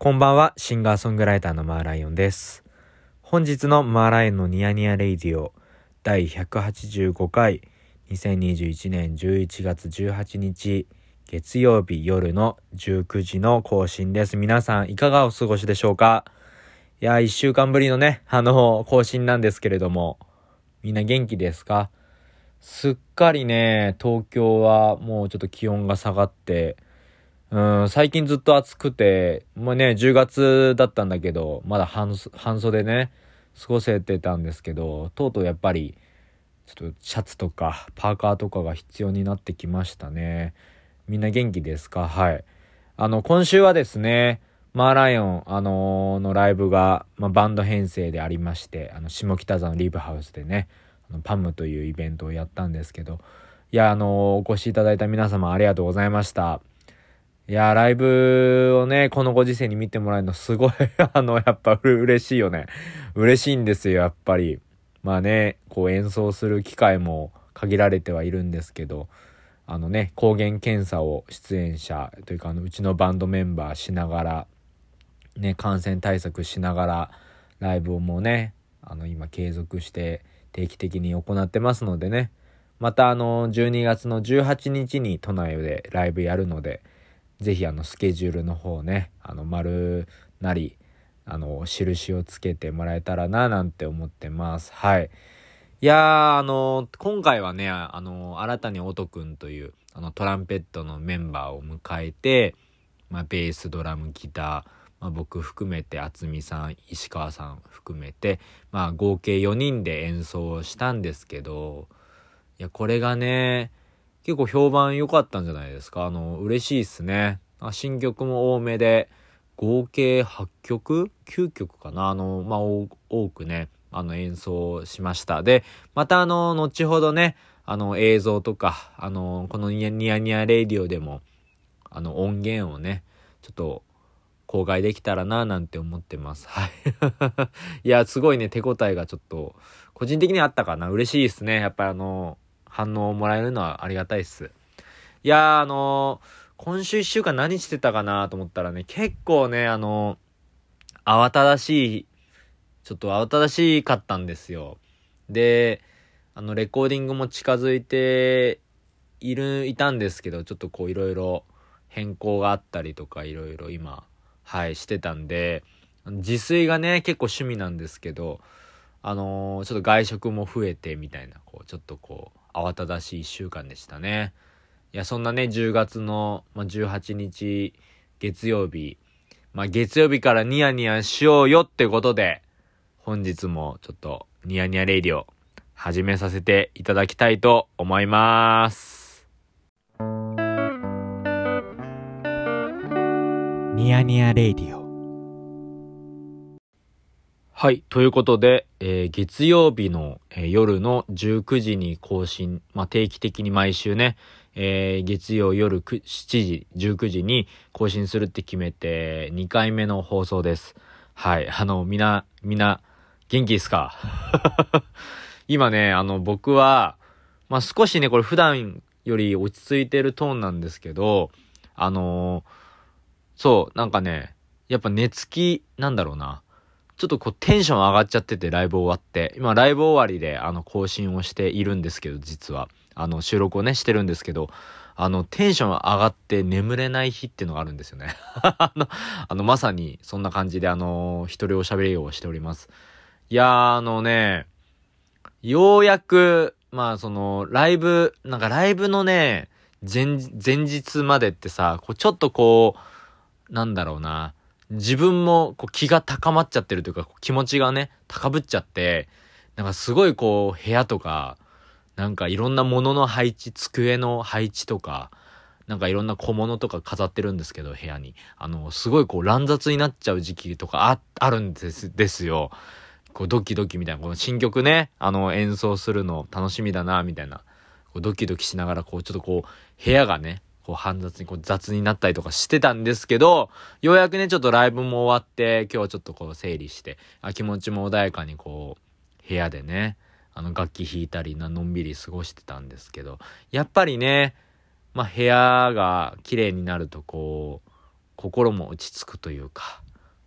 こんばんは、シンガーソングライターのマーライオンです。本日のマーライオンのニヤニヤレイディオ第185回2021年11月18日月曜日夜の19時の更新です。皆さんいかがお過ごしでしょうか？いや、1週間ぶりのね、更新なんですけれども、みんな元気ですか？すっかりね、東京はもうちょっと気温が下がって、最近ずっと暑くて、もうね、10月だったんだけど、まだ半袖ね、過ごせてたんですけど、とうとうやっぱり、ちょっとシャツとかパーカーとかが必要になってきましたね。みんな元気ですか？はい。今週はですね、マーライオン、のライブが、バンド編成でありまして、下北沢のリブハウスでね、パムというイベントをやったんですけど、いや、お越しいただいた皆様ありがとうございました。いやー、ライブをね、このご時世に見てもらえるのすごいやっぱ嬉しいよね。嬉しいんですよ、やっぱり。まあね、こう演奏する機会も限られてはいるんですけど、抗原検査を出演者というか、うちのバンドメンバーしながら、ね、感染対策しながら、ライブをもうね、今継続して定期的に行ってますのでね、また12月の18日に都内でライブやるので、ぜひスケジュールの方ね、丸なり印をつけてもらえたらななんて思ってます。はい。いやー今回はね新たに音くんというトランペットのメンバーを迎えて、ベース、ドラム、ギター、僕含めて渥美さん、石川さん含めて合計4人で演奏をしたんですけど、いやこれがね結構評判良かったんじゃないですか。嬉しいっすね。新曲も多めで、合計8曲 ?9 曲かな。多くね、演奏しました。で、また後ほどね、映像とか、このニヤニヤレイディオでも、音源をね、ちょっと、公開できたらななんて思ってます。はい。いや、すごいね、手応えがちょっと、個人的にあったかな。嬉しいですね。やっぱり反応をもらえるのはありがたいっす。いや今週1週間何してたかなと思ったらね、結構ね、慌ただしい、ちょっと慌ただしかったんですよ。で、レコーディングも近づいていたんですけど、ちょっとこういろいろ変更があったりとかいろいろ今、してたんで、自炊がね、結構趣味なんですけど、ちょっと外食も増えてみたいな、ちょっと慌ただしい1週間でしたね。いや、そんなね、10月の、18日月曜日、月曜日からニヤニヤしようよってことで、本日もちょっとニヤニヤレイディオ始めさせていただきたいと思います。ニヤニヤレイディオ。はい。ということで、月曜日の、夜の19時に更新、定期的に毎週ね、月曜夜7時、19時に更新するって決めて、2回目の放送です。はい。みんな、元気ですか？今ね、僕は、少しね、これ普段より落ち着いてるトーンなんですけど、そう、なんかね、やっぱ寝つき、なんだろうな。ちょっとテンション上がっちゃってて、ライブ終わって。今、ライブ終わりで、更新をしているんですけど、実は。収録をね、してるんですけど、テンション上がって眠れない日っていうのがあるんですよね。まさに、そんな感じで、一人おしゃべりをしております。いやー、ようやく、ライブのね、前日までってさ、ちょっとなんだろうな、自分も気が高まっちゃってるというか、気持ちがね、高ぶっちゃって、なんかすごい部屋とか、なんかいろんなものの配置、机の配置とか、なんかいろんな小物とか飾ってるんですけど、部屋に。すごい乱雑になっちゃう時期とかあるんですよ。ドキドキみたいな、この新曲ね、演奏するの楽しみだな、みたいな。ドキドキしながら、ちょっと部屋がね、煩雑に雑になったりとかしてたんですけど、ようやくね、ちょっとライブも終わって、今日はちょっと整理して、気持ちも穏やかに部屋でね、楽器弾いたりのんびり過ごしてたんですけど、やっぱりね、部屋が綺麗になると心も落ち着くというか、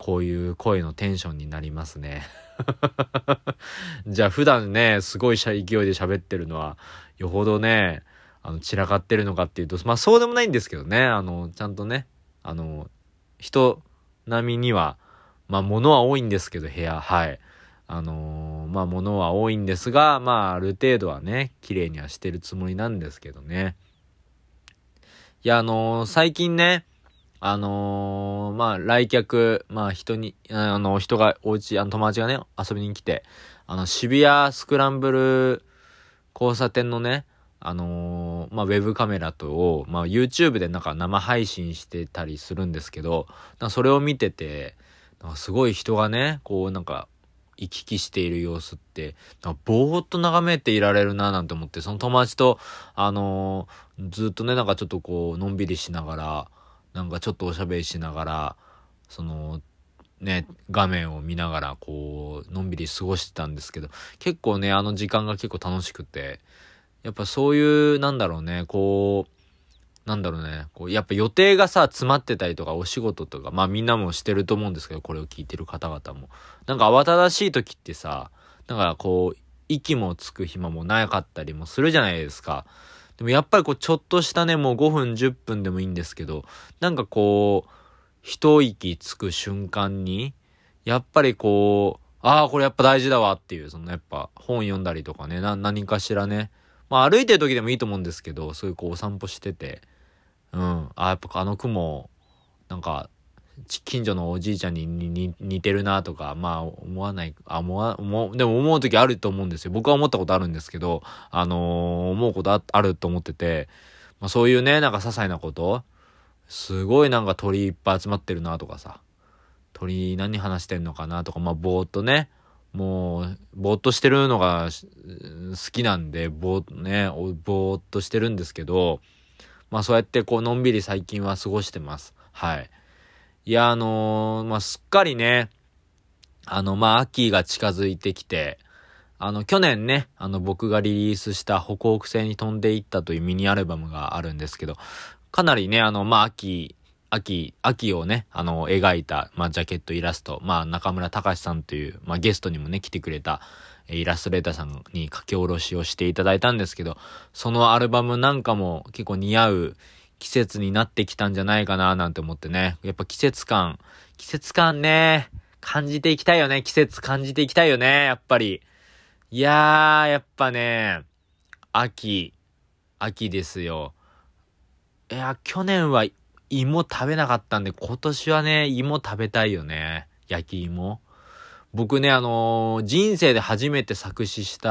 こういう声のテンションになりますね。じゃあ普段ね、すごい勢いで喋ってるのは、よほどね、散らかってるのかっていうと、まあそうでもないんですけどね、ちゃんとね、人並みには、まあ物は多いんですけど、部屋、はい。まあ物は多いんですが、まあある程度はね、綺麗にはしてるつもりなんですけどね。いや、最近ね、まあ来客、まあ人がお家、友達がね、遊びに来て、渋谷スクランブル交差点のね、まあ、ウェブカメラとを、まあ、YouTube でなんか生配信してたりするんですけど、なんかそれを見てて、なんかすごい人がね、こうなんか、行き来している様子って、なんかぼーっと眺めていられるななんて思って、その友達と、ずっとね、なんかちょっとこう、のんびりしながら、なんかちょっとおしゃべりしながら、その、ね、画面を見ながら、こう、のんびり過ごしてたんですけど、結構ね、あの時間が結構楽しくて、やっぱそういう、なんだろうね、こう、やっぱ予定がさ、詰まってたりとか、お仕事とか、まあみんなもしてると思うんですけど、これを聞いてる方々も。なんか慌ただしい時ってさ、なんかこう、息もつく暇もなかったりもするじゃないですか。でもやっぱりこう、ちょっとしたね、もう5分、10分でもいいんですけど、なんかこう、一息つく瞬間に、やっぱりこう、ああ、これやっぱ大事だわっていう、そのやっぱ本読んだりとかね、何かしらね、まあ歩いてる時でもいいと思うんですけど、そういうこうお散歩してて、やっぱあの雲、なんか、近所のおじいちゃんに似てるなとか、まあ思わない、でも思う時あると思うんですよ。僕は思ったことあるんですけど、思うことあると思ってて、まあそういうね、なんか些細なこと、すごいなんか鳥いっぱい集まってるなとかさ、鳥何話してんのかなとか、まあぼーっとね、もう、ぼーっとしてるのが好きなんで、ぼーっとしてるんですけど、まあそうやってこう、のんびり最近は過ごしてます。はい。いや、まあすっかりね、まあ秋が近づいてきて、去年ね、僕がリリースした北北西に飛んでいったというミニアルバムがあるんですけど、かなりね、まあ秋をね、描いた、まあ、ジャケットイラスト、まあ、中村隆さんという、まあ、ゲストにもね、来てくれた、イラストレーターさんに書き下ろしをしていただいたんですけど、そのアルバムなんかも結構似合う季節になってきたんじゃないかな、なんて思ってね。やっぱ季節感ね、感じていきたいよね。季節感じていきたいよね、やっぱり。いやー、やっぱね、秋ですよ。いや、去年は芋食べなかったんで、今年はね、芋食べたいよね。焼き芋。僕ね、人生で初めて作詞した、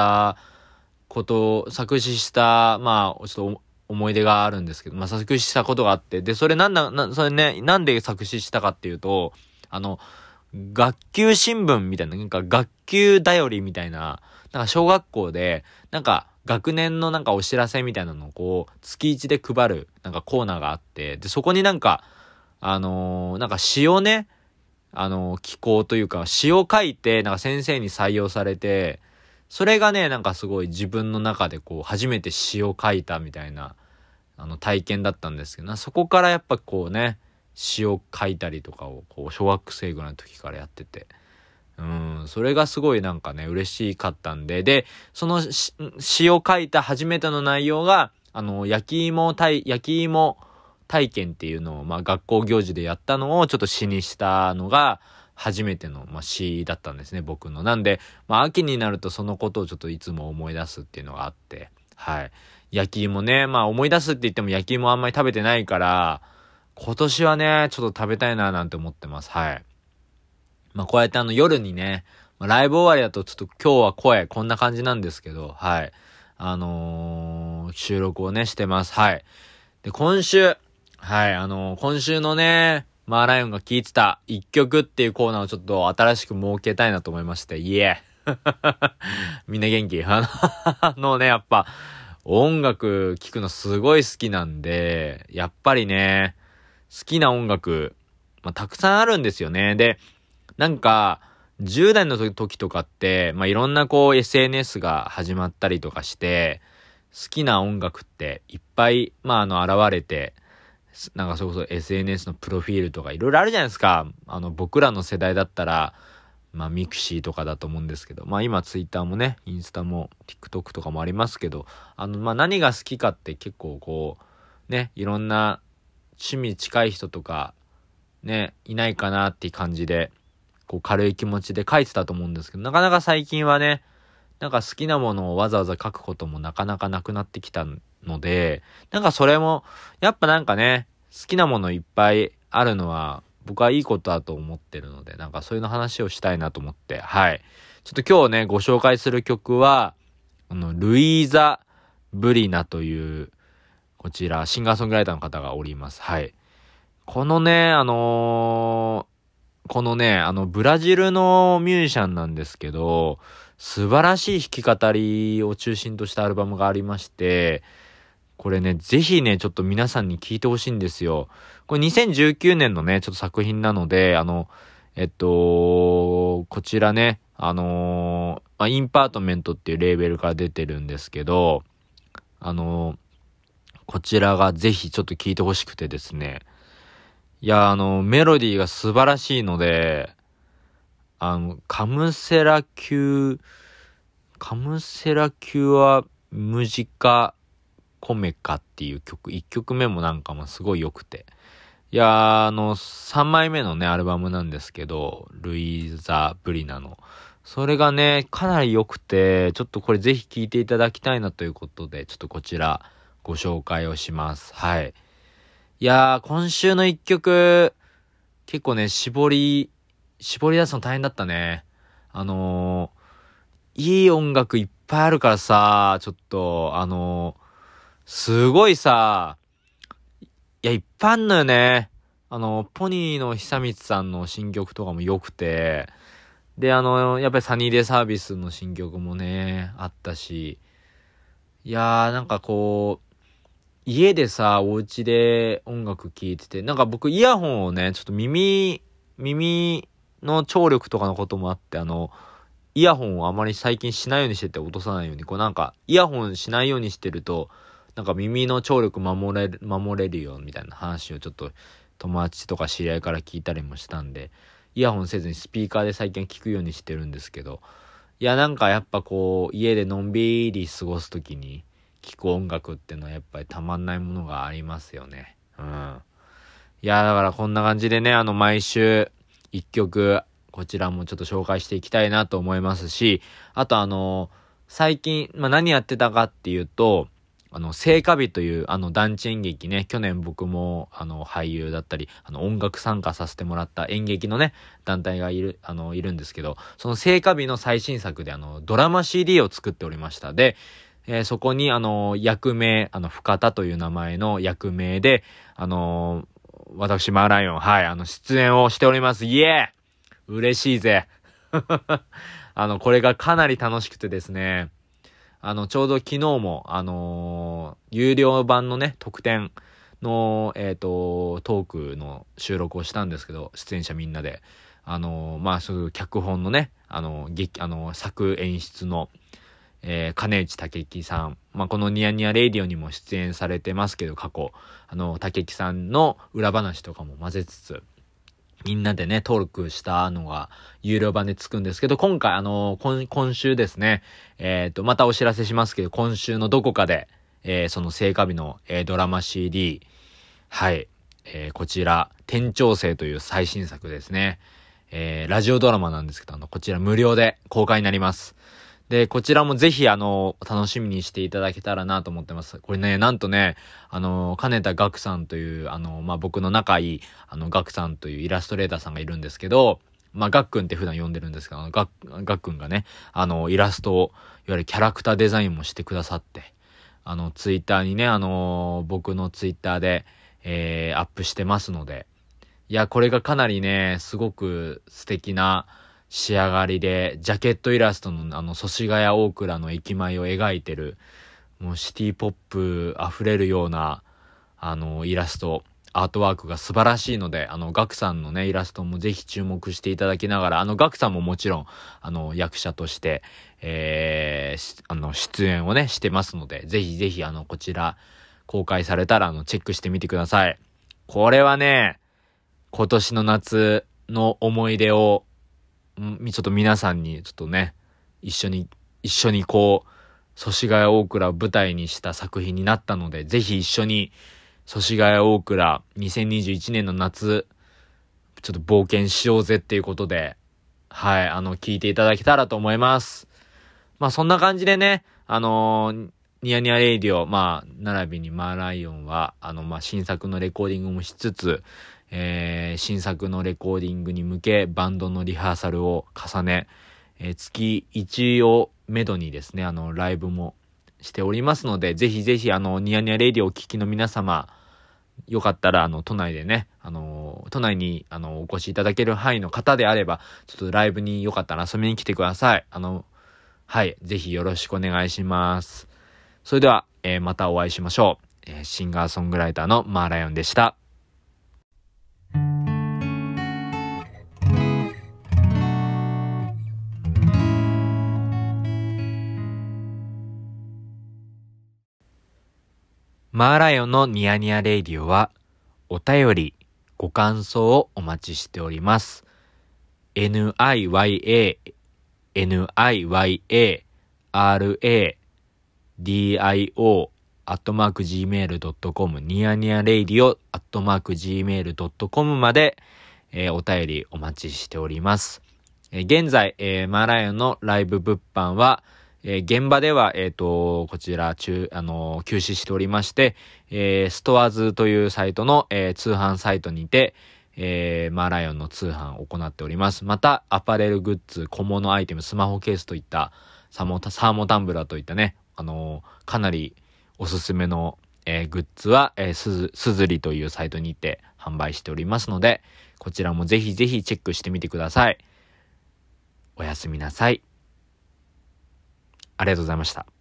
まあ、ちょっと思い出があるんですけど、まあ、作詞したことがあって、で、それね、なんで作詞したかっていうと、学級新聞みたいな、なんか学級だよりみたいな、なんか小学校で、なんか学年のなんかお知らせみたいなのをこう、月1で配る、なんかコーナーがあって、で、そこになんか、なんか詩をね、寄稿というか、詩を書いて、なんか先生に採用されて、それがね、なんかすごい自分の中でこう、初めて詩を書いたみたいな、体験だったんですけど、そこからやっぱこうね、詩を書いたりとかを、こう、小学生ぐらいの時からやってて、それがすごいなんかね、嬉しかったんで、で、その詩を書いた初めての内容が、焼き芋体験っていうのを、まあ、学校行事でやったのをちょっと詩にしたのが、初めての、まあ、詩だったんですね、僕の。なんで、まあ、秋になるとそのことをちょっといつも思い出すっていうのがあって、はい。焼き芋ね、まあ、思い出すって言っても焼き芋あんまり食べてないから、今年はね、ちょっと食べたいななんて思ってます。はい。まあ、こうやって夜にね、まあ、ライブ終わりだとちょっと今日は声こんな感じなんですけど、はい。収録をね、してます。はい。で、今週のね、マーライオンが聴いてた一曲っていうコーナーをちょっと新しく設けたいなと思いまして、イエーみんな元気ね、やっぱ、音楽聴くのすごい好きなんで、やっぱりね、好きな音楽、まあ、たくさんあるんですよね。で、なんか、10代の時とかって、まあ、いろんなこう SNS が始まったりとかして、好きな音楽っていっぱい、まあ、現れて、 なんかそれこそ SNS のプロフィールとかいろいろあるじゃないですか。僕らの世代だったら、ミクシーとかだと思うんですけど、今ツイッターもね、インスタも TikTok とかもありますけど、何が好きかって結構こう、ね、いろんな趣味近い人とか、ね、いないかなっていう感じで、こう軽い気持ちで書いてたと思うんですけど、なかなか最近はね、なんか好きなものをわざわざ書くこともなかなかなくなってきたので、なんかそれも、やっぱなんかね、好きなものいっぱいあるのは、僕はいいことだと思ってるので、なんかそういうの話をしたいなと思って、はい。ちょっと今日ね、ご紹介する曲は、ルイーザ・ブリナという、こちら、シンガーソングライターの方がおります。はい。このね、ブラジルのミュージシャンなんですけど、素晴らしい弾き語りを中心としたアルバムがありまして、これね、ぜひね、ちょっと皆さんに聴いてほしいんですよ。これ2019年のね、ちょっと作品なので、こちらね、インパートメントっていうレーベルから出てるんですけど、こちらがぜひちょっと聴いてほしくてですね、いや、メロディーが素晴らしいので、カムセラキュアムジカコメカっていう曲、1曲目もなんかもすごい良くて。いや3枚目のね、アルバムなんですけど、ルイーザ・ブリナの。それがね、かなり良くて、ちょっとこれぜひ聴いていただきたいなということで、ちょっとこちらご紹介をします。はい。いやー、今週の一曲、結構ね、絞り出すの大変だったね。いい音楽いっぱいあるからさ、ちょっと、すごいさ、いや、いっぱいあんのよね。ポニーの久光さんの新曲とかも良くて、で、やっぱりサニーデイサービスの新曲もね、あったし、いやー、なんかこう、家でさ、お家で音楽聴いてて、なんか僕イヤホンをね、ちょっと耳の聴力とかのこともあって、イヤホンをあまり最近しないようにしてて落とさないように、こうなんか、イヤホンしないようにしてると、なんか耳の聴力守れるよ、みたいな話をちょっと友達とか知り合いから聞いたりもしたんで、イヤホンせずにスピーカーで最近聞くようにしてるんですけど、いやなんかやっぱこう、家でのんびり過ごすときに、聴く音楽っていうのはやっぱりたまんないものがありますよね。うん。いや、だからこんな感じでね、毎週一曲、こちらもちょっと紹介していきたいなと思いますし、あと最近、何やってたかっていうと、聖火日という団地演劇ね、去年僕も俳優だったり、音楽参加させてもらった演劇のね、団体がいるんですけど、その聖火日の最新作でドラマ CD を作っておりました。で、そこに役名、深田という名前の役名で、私、マーライオン、はい、出演をしております。イエー嬉しいぜ。これがかなり楽しくてですね、ちょうど昨日も、有料版のね、特典の、トークの収録をしたんですけど、出演者みんなで、そういう脚本のね、作演出の、金内武樹さん。このニヤニヤレイディオにも出演されてますけど、過去。武樹さんの裏話とかも混ぜつつ、みんなでね、登録したのが有料版でつくんですけど、今回今週ですね、またお知らせしますけど、今週のどこかで、その聖火日の、ドラマ CD、はい、こちら、天長生という最新作ですね。ラジオドラマなんですけど、こちら無料で公開になります。で、こちらもぜひ楽しみにしていただけたらなと思ってます。これね、なんとね、金田岳さんという、僕の仲いい、岳さんというイラストレーターさんがいるんですけど、ガックンって普段呼んでるんですけど、ガックンがね、イラストを、いわゆるキャラクターデザインもしてくださって、ツイッターにね、僕のツイッターで、アップしてますので、いや、これがかなりね、すごく素敵な、仕上がりで、ジャケットイラストの祖師ヶ谷大倉の駅前を描いてる、もうシティポップ溢れるような、イラスト、アートワークが素晴らしいので、ガクさんのね、イラストもぜひ注目していただきながら、ガクさんももちろん、役者として、出演をね、してますので、ぜひぜひ、こちら、公開されたら、チェックしてみてください。 これはね、今年の夏の思い出を、ちょっと皆さんにちょっとね、一緒にこう、祖師ヶ谷大倉を舞台にした作品になったので、ぜひ一緒に祖師ヶ谷大倉2021年の夏、ちょっと冒険しようぜっていうことで、はい、聞いていただけたらと思います。まあそんな感じでね、ニヤニヤレイディオ、並びにマーライオンは、新作のレコーディングもしつつ、新作のレコーディングに向け、バンドのリハーサルを重ね、月1をめどにですね、ライブもしておりますので、ぜひぜひ、ニヤニヤレイディオをお聞きの皆様、よかったら、都内でね、都内に、お越しいただける範囲の方であれば、ちょっとライブによかったら遊びに来てください。はい、ぜひよろしくお願いします。それでは、またお会いしましょう。シンガーソングライターのマーライオンでした。マーライオンのニヤニヤレイディオは、お便り、ご感想をお待ちしております。niya,dio,gmail.com ニヤニヤレイディオ@gmail.com まで、お便りお待ちしております。現在、マーライオンのライブ物販は、現場では、こちら休止しておりまして、ストアーズというサイトの、通販サイトにて、マーライオンの通販を行っております。また、アパレルグッズ、小物アイテム、スマホケースといった、サーモタンブラーといったね、かなりおすすめの、グッズは、すずりというサイトにて販売しておりますので、こちらもぜひぜひチェックしてみてください。おやすみなさい。ありがとうございました。